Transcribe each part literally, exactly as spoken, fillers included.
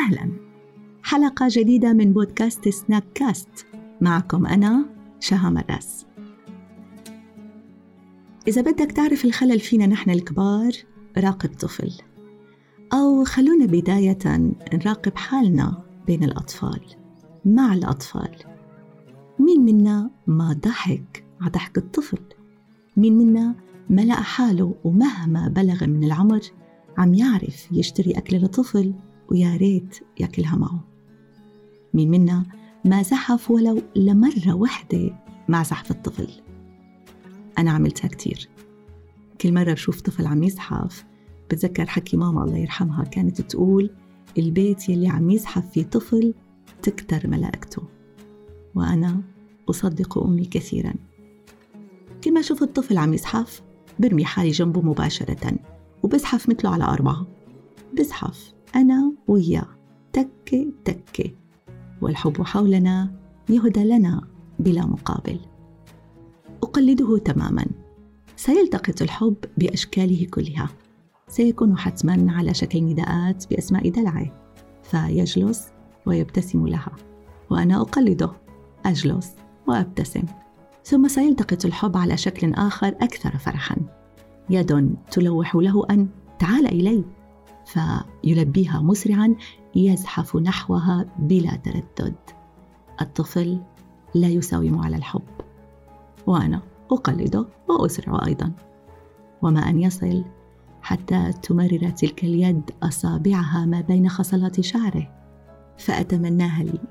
أهلاً، حلقة جديدة من بودكاست سناك كاست. معكم أنا شهى مراس. إذا بدك تعرف الخلل فينا نحن الكبار، راقب طفل، أو خلونا بداية نراقب حالنا بين الأطفال مع الأطفال. مين منا ما ضحك على ضحك الطفل؟ مين منا ما لقى حاله ومهما بلغ من العمر عم يعرف يشتري أكل لطفل ويا ريت يأكلها معه؟ مين منا ما زحف ولو لمرة واحدة مع زحف الطفل؟ أنا عملتها كتير. كل مرة بشوف طفل عم يزحف بتذكر حكي ماما الله يرحمها، كانت تقول البيت يلي عم يزحف فيه طفل تكتر ملائكته، وأنا أصدق أمي كثيرا. كل ما أشوف الطفل عم يزحف برمي حالي جنبه مباشرة وبزحف مثله على أربعة، بزحف أنا وياه تكة تكة، والحب حولنا يهدى لنا بلا مقابل. أقلده تماما. سيلتقط الحب بأشكاله كلها، سيكون حتما على شكل نداءات بأسماء دلعه، فيجلس ويبتسم لها، وأنا أقلده، أجلس وأبتسم. ثم سيلتقط الحب على شكل آخر أكثر فرحا، يد تلوح له أن تعال إلي، فيلبيها مسرعا، يزحف نحوها بلا تردد. الطفل لا يساوم على الحب، وأنا أقلده وأسرع أيضا. وما أن يصل حتى تمرر تلك اليد أصابعها ما بين خصلات شعره، فأتمناها لي.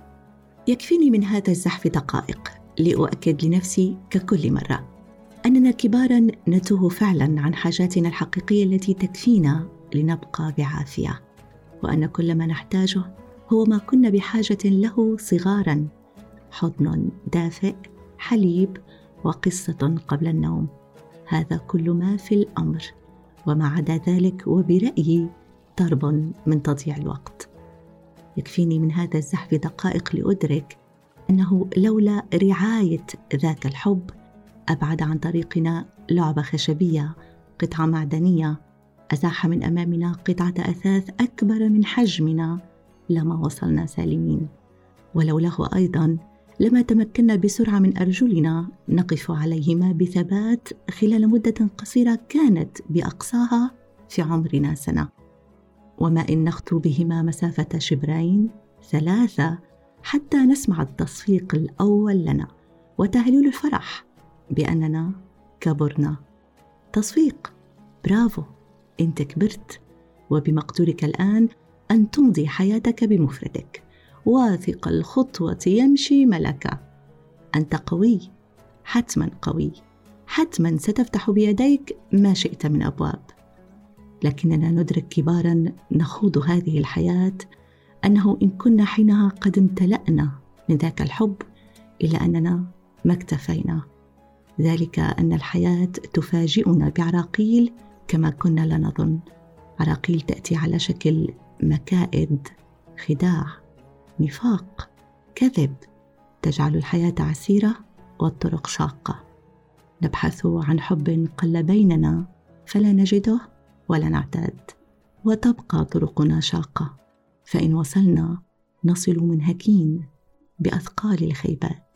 يكفيني من هذا الزحف دقائق لأؤكد لنفسي ككل مرة أننا كبارا نتوه فعلا عن حاجاتنا الحقيقية التي تكفينا لنبقى بعافية، وأن كل ما نحتاجه هو ما كنا بحاجة له صغارا: حضن دافئ، حليب، وقصة قبل النوم. هذا كل ما في الأمر، وما عدا ذلك وبرأيي ضرب من تضييع الوقت. يكفيني من هذا الزحف دقائق لأدرك أنه لولا رعاية ذاك الحب أبعد عن طريقنا لعبة خشبية، قطعة معدنية، أزاح من أمامنا قطعة أثاث أكبر من حجمنا، لما وصلنا سالمين. ولولاه أيضا لما تمكنا بسرعة من أرجلنا نقف عليهما بثبات خلال مدة قصيرة كانت بأقصاها في عمرنا سنة، وما إن نخطو بهما مسافة شبرين ثلاثة حتى نسمع التصفيق الأول لنا وتهليل الفرح بأننا كبرنا. تصفيق، برافو، أنت كبرت، وبمقدورك الآن أن تمضي حياتك بمفردك. واثق الخطوة يمشي ملكا. أنت قوي، حتما قوي، حتما ستفتح بيديك ما شئت من أبواب. لكننا ندرك كبارا نخوض هذه الحياة أنه إن كنا حينها قد امتلأنا من ذاك الحب إلا أننا ما اكتفينا. ذلك أن الحياة تفاجئنا بعراقيل كما كنا لا نظن. عراقيل تأتي على شكل مكائد، خداع، نفاق، كذب، تجعل الحياة عسيرة والطرق شاقة. نبحث عن حب قل بيننا فلا نجده ولا نعتاد، وتبقى طرقنا شاقة، فإن وصلنا نصل منهكين بأثقال الخيبات.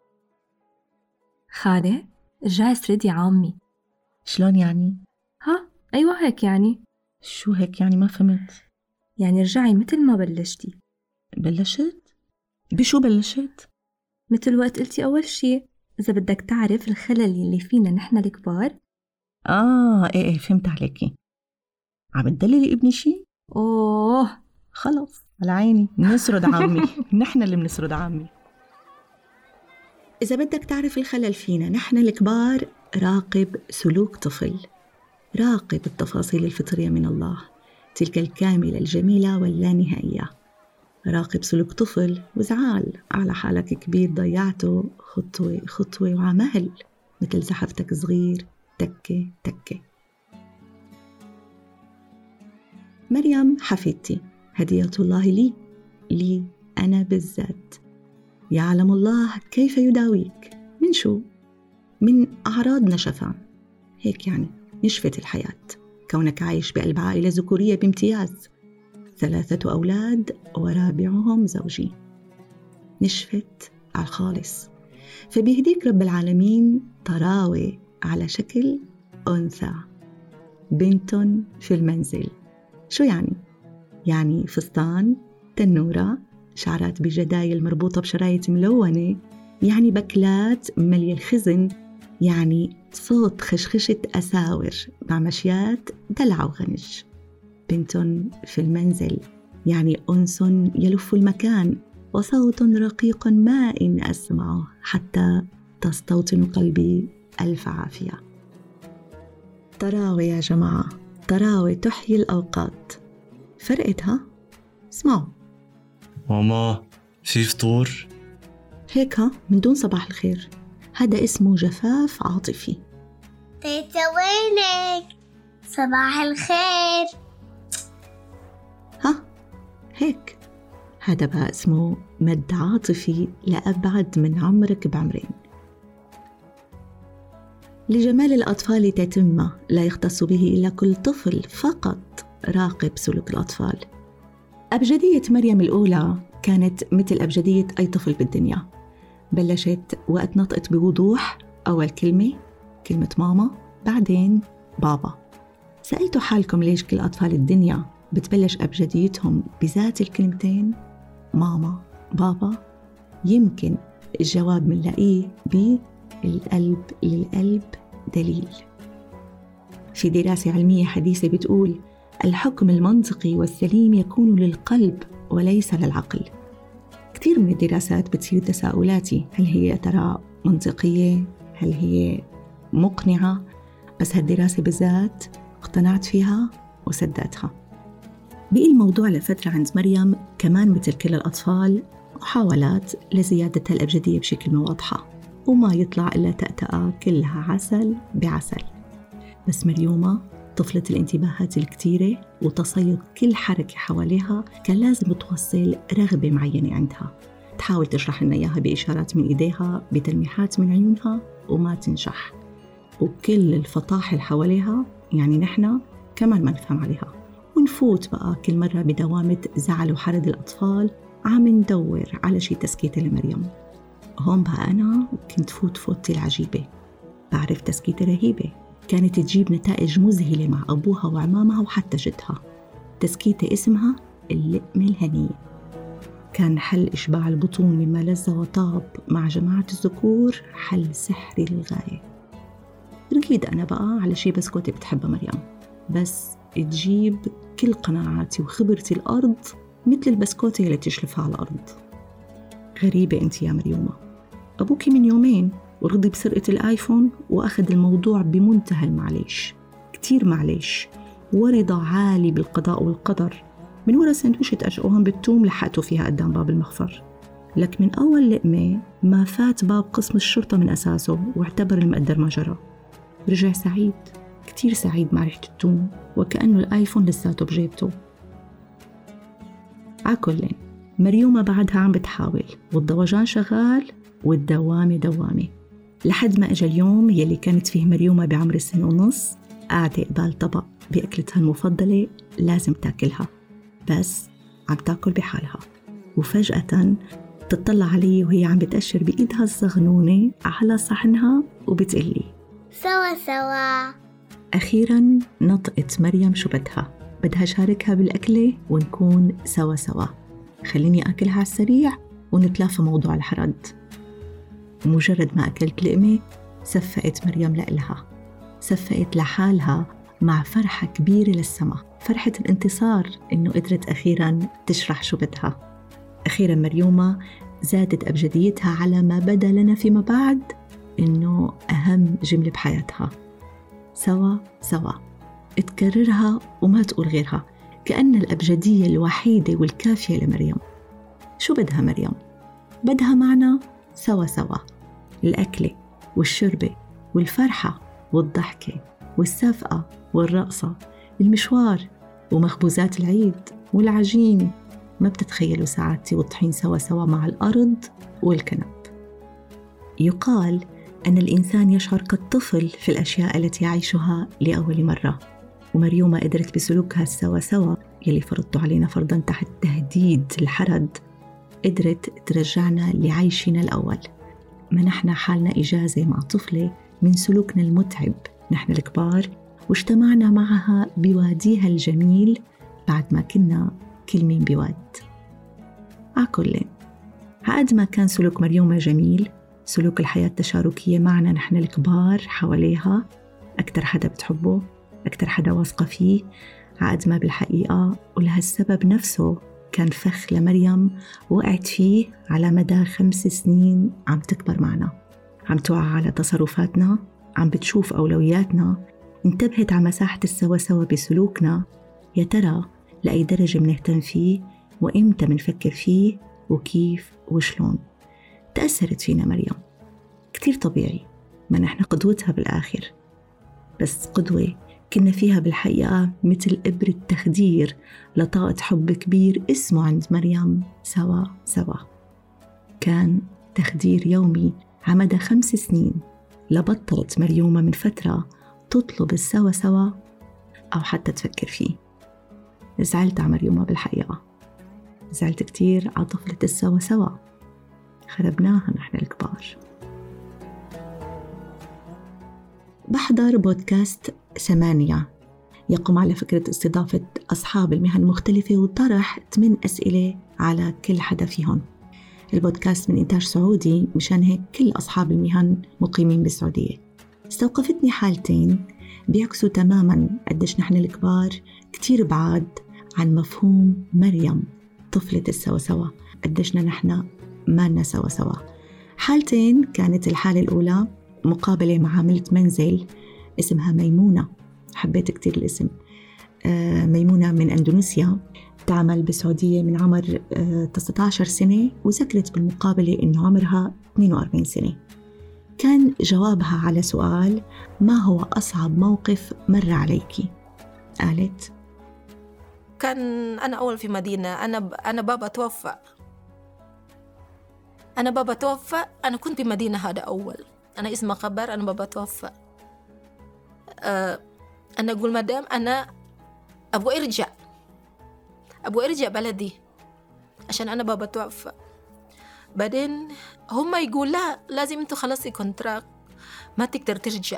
خالة، رجعي سردي عمي. شلون يعني؟ ها أيوة هيك يعني. شو هيك يعني؟ ما فهمت. يعني رجعي مثل ما بلشتي. بلشت؟ بشو بلشت؟ مثل وقت قلتي أول شي إذا بدك تعرف الخلل اللي فينا نحن الكبار. آه إيه إيه فهمت عليكي. عم تدللي ابني شي؟ أوه خلص على عيني، نسرد عمي. نحن اللي بنسرد عمي. إذا بدك تعرف الخلل فينا نحن الكبار، راقب سلوك طفل، راقب التفاصيل الفطرية من الله، تلك الكاملة الجميلة واللانهائية. راقب سلوك طفل وزعال على حالك كبير ضيعته خطوة خطوة وعمهل مثل زحفتك صغير تكة تكة. مريم حفيدتي هدية الله لي لي أنا بالذات. يعلم الله كيف يداويك. من شو؟ من أعراض نشفان. هيك يعني نشفت الحياة كونك عايش بقلب عائلة ذكورية بامتياز. ثلاثة أولاد ورابعهم زوجي. نشفت على الخالص، فبيهديك رب العالمين طراوة على شكل أنثى، بنت في المنزل. شو يعني؟ يعني فستان، تنورة، شعرات بجدايل مربوطة بشرايط ملونة، يعني بكلات ملي الخزن، يعني صوت خشخشة أساور مع مشيات دلع وغنج. بنت في المنزل يعني أنس يلف المكان، وصوت رقيق ما إن أسمعه حتى تستوطن قلبي ألف عافية. طراوة يا جماعة، طراوة تحيي الأوقات. فرقتها؟ اسمعوا. ماما في فطور؟ هيك من دون صباح الخير، هذا اسمه جفاف عاطفي. تيتا وينك؟ صباح الخير. ها هيك، هذا بقى اسمه مد عاطفي لأبعد من عمرك بعمرين. لجمال الأطفال تتمة لا يختص به إلا كل طفل، فقط راقب سلوك الأطفال. أبجدية مريم الأولى كانت مثل أبجدية أي طفل بالدنيا. بلشت وقت نطقت بوضوح أول كلمة، كلمة ماما، بعدين بابا. سألتوا حالكم ليش كل أطفال الدنيا بتبلش أبجديتهم بذات الكلمتين ماما بابا؟ يمكن الجواب منلاقيه بالقلب للقلب دليل. في دراسة علمية حديثة بتقول الحكم المنطقي والسليم يكون للقلب وليس للعقل. كثير من الدراسات بتصير تساؤلاتي، هل هي ترى منطقية؟ هل هي مقنعة؟ بس هالدراسة بالذات اقتنعت فيها وصدقتها. بقي الموضوع لفترة عند مريم كمان مثل كل الأطفال محاولات لزيادة الأبجدية بشكل واضحة، وما يطلع إلا تأتأة كلها عسل بعسل. بس مريومة طفلة الانتباهات الكتيرة وتصيد كل حركة حواليها كان لازم توصل رغبة معينة عندها، تحاول تشرح لنا إياها بإشارات من إيديها، بتلميحات من عيونها، وما تنجح. وكل الفطاحل حواليها يعني نحن كمان ما نفهم عليها، ونفوت بقى كل مرة بدوامة زعل وحرد الأطفال عم ندور على شي تسكيتة لمريم. هون بقى أنا كنت فوت فوتي العجيبة، بعرف تسكيتة رهيبة كانت تجيب نتائج مذهلة مع أبوها وعمامها وحتى جدها. تسكيتة اسمها اللقمة الهنية. كان حل إشباع البطون مما لذ وطاب مع جماعة الذكور حل سحري للغاية. ركيد أنا بقى على شي بسكوتة بتحبها مريم، بس تجيب كل قناعاتي وخبرتي الأرض مثل البسكوتة اللي تشلفها على الأرض. غريبة أنت يا مريومة، أبوكي من يومين ورضي بسرقة الآيفون وأخذ الموضوع بمنتهى المعليش، كتير معليش، ورضا عالي بالقضاء والقدر. من ورا سندوشة أشقوهم بالثوم لحقته فيها قدام باب المخفر، لك من أول لقمة ما فات باب قسم الشرطة من أساسه واعتبر المقدر ما جرى. رجع سعيد، كتير سعيد مع ريحة الثوم، وكأنه الآيفون لساته بجيبته. عكلين مريومة بعدها عم بتحاول، والضوجان شغال والدوامة دوامة، لحد ما اجى اليوم يلي كانت فيه مريومة بعمر السنة ونص قاعدة قبال طبق بأكلتها المفضلة لازم تاكلها، بس عم تاكل بحالها. وفجأة تطلع علي وهي عم بتأشر بإيدها الصغنونة على صحنها وبتقلي سوا سوا. أخيراً نطقت مريم شو بدها، بدها شاركها بالأكلة ونكون سوا سوا، خليني أكلها على السريع ونتلافى موضوع الحرد. ومجرد ما أكلت لقمة صفقت مريم لإلها، صفقت لحالها مع فرحة كبيرة للسما، فرحة الانتصار إنه قدرت أخيراً تشرح شو بدها. أخيراً مريومة زادت أبجديتها على ما بدا لنا فيما بعد إنه أهم جملة بحياتها، سوا سوا، تكررها وما تقول غيرها، كأن الأبجدية الوحيدة والكافية لمريم. شو بدها مريم؟ بدها معنا سوا سوا، الأكلة والشربة والفرحة والضحكة والسفقة والرقصة، المشوار ومخبوزات العيد والعجين. ما بتتخيلوا سعادتي والطحين سوا سوا مع الأرض والكنب. يقال أن الإنسان يشعر كالطفل في الأشياء التي يعيشها لأول مرة، ومريومة قدرت بسلوكها السوا سوا يلي فرضتوا علينا فرضاً تحت تهديد الحرد قدرت ترجعنا لعيشنا الأول. منحنا حالنا إجازة مع طفلة من سلوكنا المتعب نحن الكبار، واجتمعنا معها بواديها الجميل بعد ما كنا كل مين بواد. عكل عقد ما كان سلوك مريومة جميل، سلوك الحياة التشاركية معنا نحن الكبار حواليها، أكتر حدا بتحبه، أكتر حدا واثقة فيه، عقد ما بالحقيقة ولهالسبب نفسه كان فخ لمريم وقعت فيه على مدى خمس سنين عم تكبر معنا، عم توعى على تصرفاتنا، عم بتشوف أولوياتنا، انتبهت على مساحة السوا سوا بسلوكنا. يا ترى لأي درجة منهتم فيه وإمتى منفكر فيه وكيف وشلون؟ تأثرت فينا مريم كتير طبيعي، ما نحن قدوتها بالآخر، بس قدوة كنا فيها بالحقيقة مثل إبرة تخدير لطاقة حب كبير اسمه عند مريم سوا سوا. كان تخدير يومي على مدى خمس سنين، لبطلت مريومة من فترة تطلب السوا سوا أو حتى تفكر فيه. زعلت على مريومة بالحقيقة، زعلت كتير على طفلة السوا سوا، خربناها نحن الكبار. بحضر بودكاست ثمانية يقوم على فكرة استضافة أصحاب المهن المختلفة وطرح ثمان أسئلة على كل حدا فيهم. البودكاست من إنتاج سعودي، مشان هيك كل أصحاب المهن مقيمين بالسعودية. استوقفتني حالتين بيعكسوا تماماً قديش نحن الكبار كتير بعاد عن مفهوم مريم طفلة السوا سوا، قديشنا نحن مالنا سوا سوا. حالتين، كانت الحالة الأولى مقابلة مع عاملة منزل اسمها ميمونة، حبيت كتير الاسم. آه ميمونة من أندونيسيا، تعمل بالسعودية من عمر آه تسعة عشر سنة، وذكرت بالمقابلة إنه عمرها اثنين وأربعين سنة. كان جوابها على سؤال ما هو أصعب موقف مر عليكي؟ قالت كان أنا أول في مدينة، أنا ب... أنا بابا توفى أنا بابا توفى أنا كنت بمدينة هذا أول، أنا اسمها خبر، أنا بابا توفى. أه أنا أقول مدام أنا أبغى أرجع أبغى أرجع بلدي عشان أنا بابا توفى. بعدين هم يقول لا، لازم أنتوا خلصي كونتراكت، ما تقدر ترجع.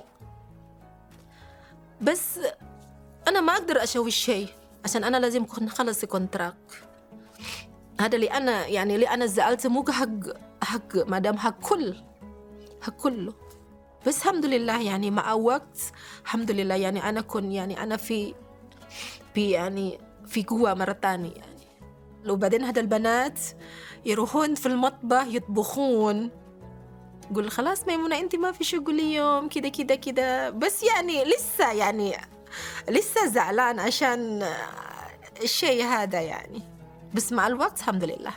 بس أنا ما أقدر أسوي شيء عشان أنا لازم أكون خلصي كونتراكت. هذا اللي أنا يعني اللي أنا زعلت، مو حق حق مدام، حق كل حق كله. بس الحمد لله يعني مع وقت الحمد لله يعني أنا كن يعني أنا في في يعني في قوة مرة تانية يعني. لو بعدين هذا البنات يروحون في المطبخ يطبخون، قول خلاص ميمونة أنت ما في شغل اليوم كده كده كده، بس يعني لسه يعني لسه زعلان عشان الشيء هذا يعني. بس مع الوقت الحمد لله.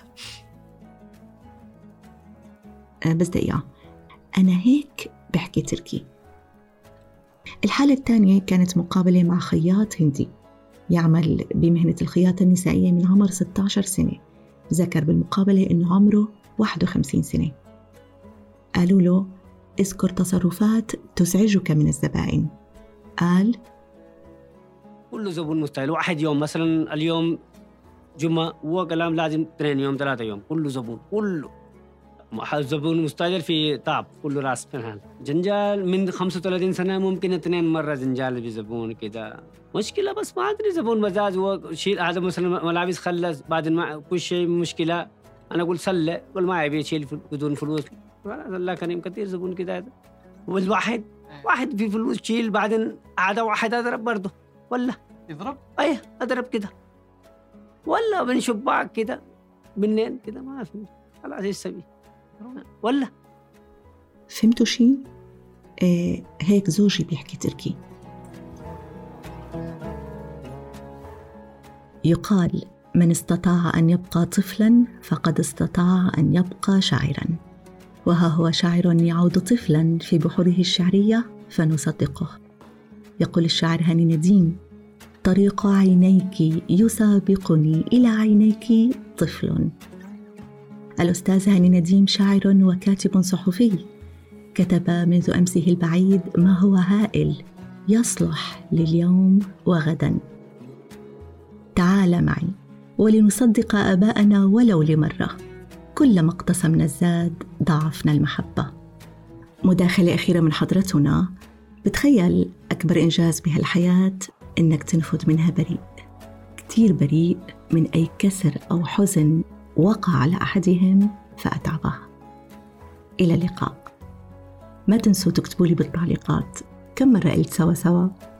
بس دقيقة، أنا هيك بحكي تركي. الحالة الثانية كانت مقابلة مع خياط هندي يعمل بمهنة الخياطة النسائية من عمر ستة عشر سنة. ذكر بالمقابلة إنه عمره واحد وخمسين سنة. قالوا له اذكر تصرفات تزعجك من الزبائن. قال كل زبون مستعجل، واحد يوم مثلا اليوم جمعة هو كلام لازم اثنين يوم ثلاثة يوم، كله زبون كله زبون مستعجل في تعب، كله راس بنهال. جنجال من خمسة وثلاثين سنة ممكن اثنين مرة جنجال بزبون كده مشكلة. بس ما أدري زبون مزاج، هو شيء هذا مثلا ملابس خلص بعد ما كل شيء مشكلة، أنا أقول سلة قول ما يبي شيء بدون فلوس. الله كريم كثير زبون كده. والواحد واحد في فلوس شيل بعدين عادة واحد أضرب برضه، ولا يضرب أيه أضرب كده، ولا من شباك كده بالنين كده ما في خلاص يسوي ولا. فهمتوا شيء؟ آه هيك زوجي بيحكي تركي. يقال من استطاع أن يبقى طفلاً فقد استطاع أن يبقى شاعراً، وها هو شاعر يعود طفلاً في بحوره الشعرية فنصدقه. يقول الشاعر هاني نديم: طريق عينيك يسابقني إلى عينيك طفل. الأستاذ هاني نديم شاعر وكاتب صحفي، كتب منذ أمسه البعيد ما هو هائل يصلح لليوم وغدا. تعال تعال معي ولنصدق آباءنا ولو لمرة، كلما اقتسمنا الزاد ضاعفنا المحبة. مداخلة أخيرة من حضرتنا، بتخيل أكبر إنجاز بهالحياة إنك تنفذ منها بريء، كتير بريء من أي كسر أو حزن وقع على أحدهم فأتعبه. إلى اللقاء. ما تنسوا تكتبوا لي بالتعليقات كم مرة قلت سوا سوا.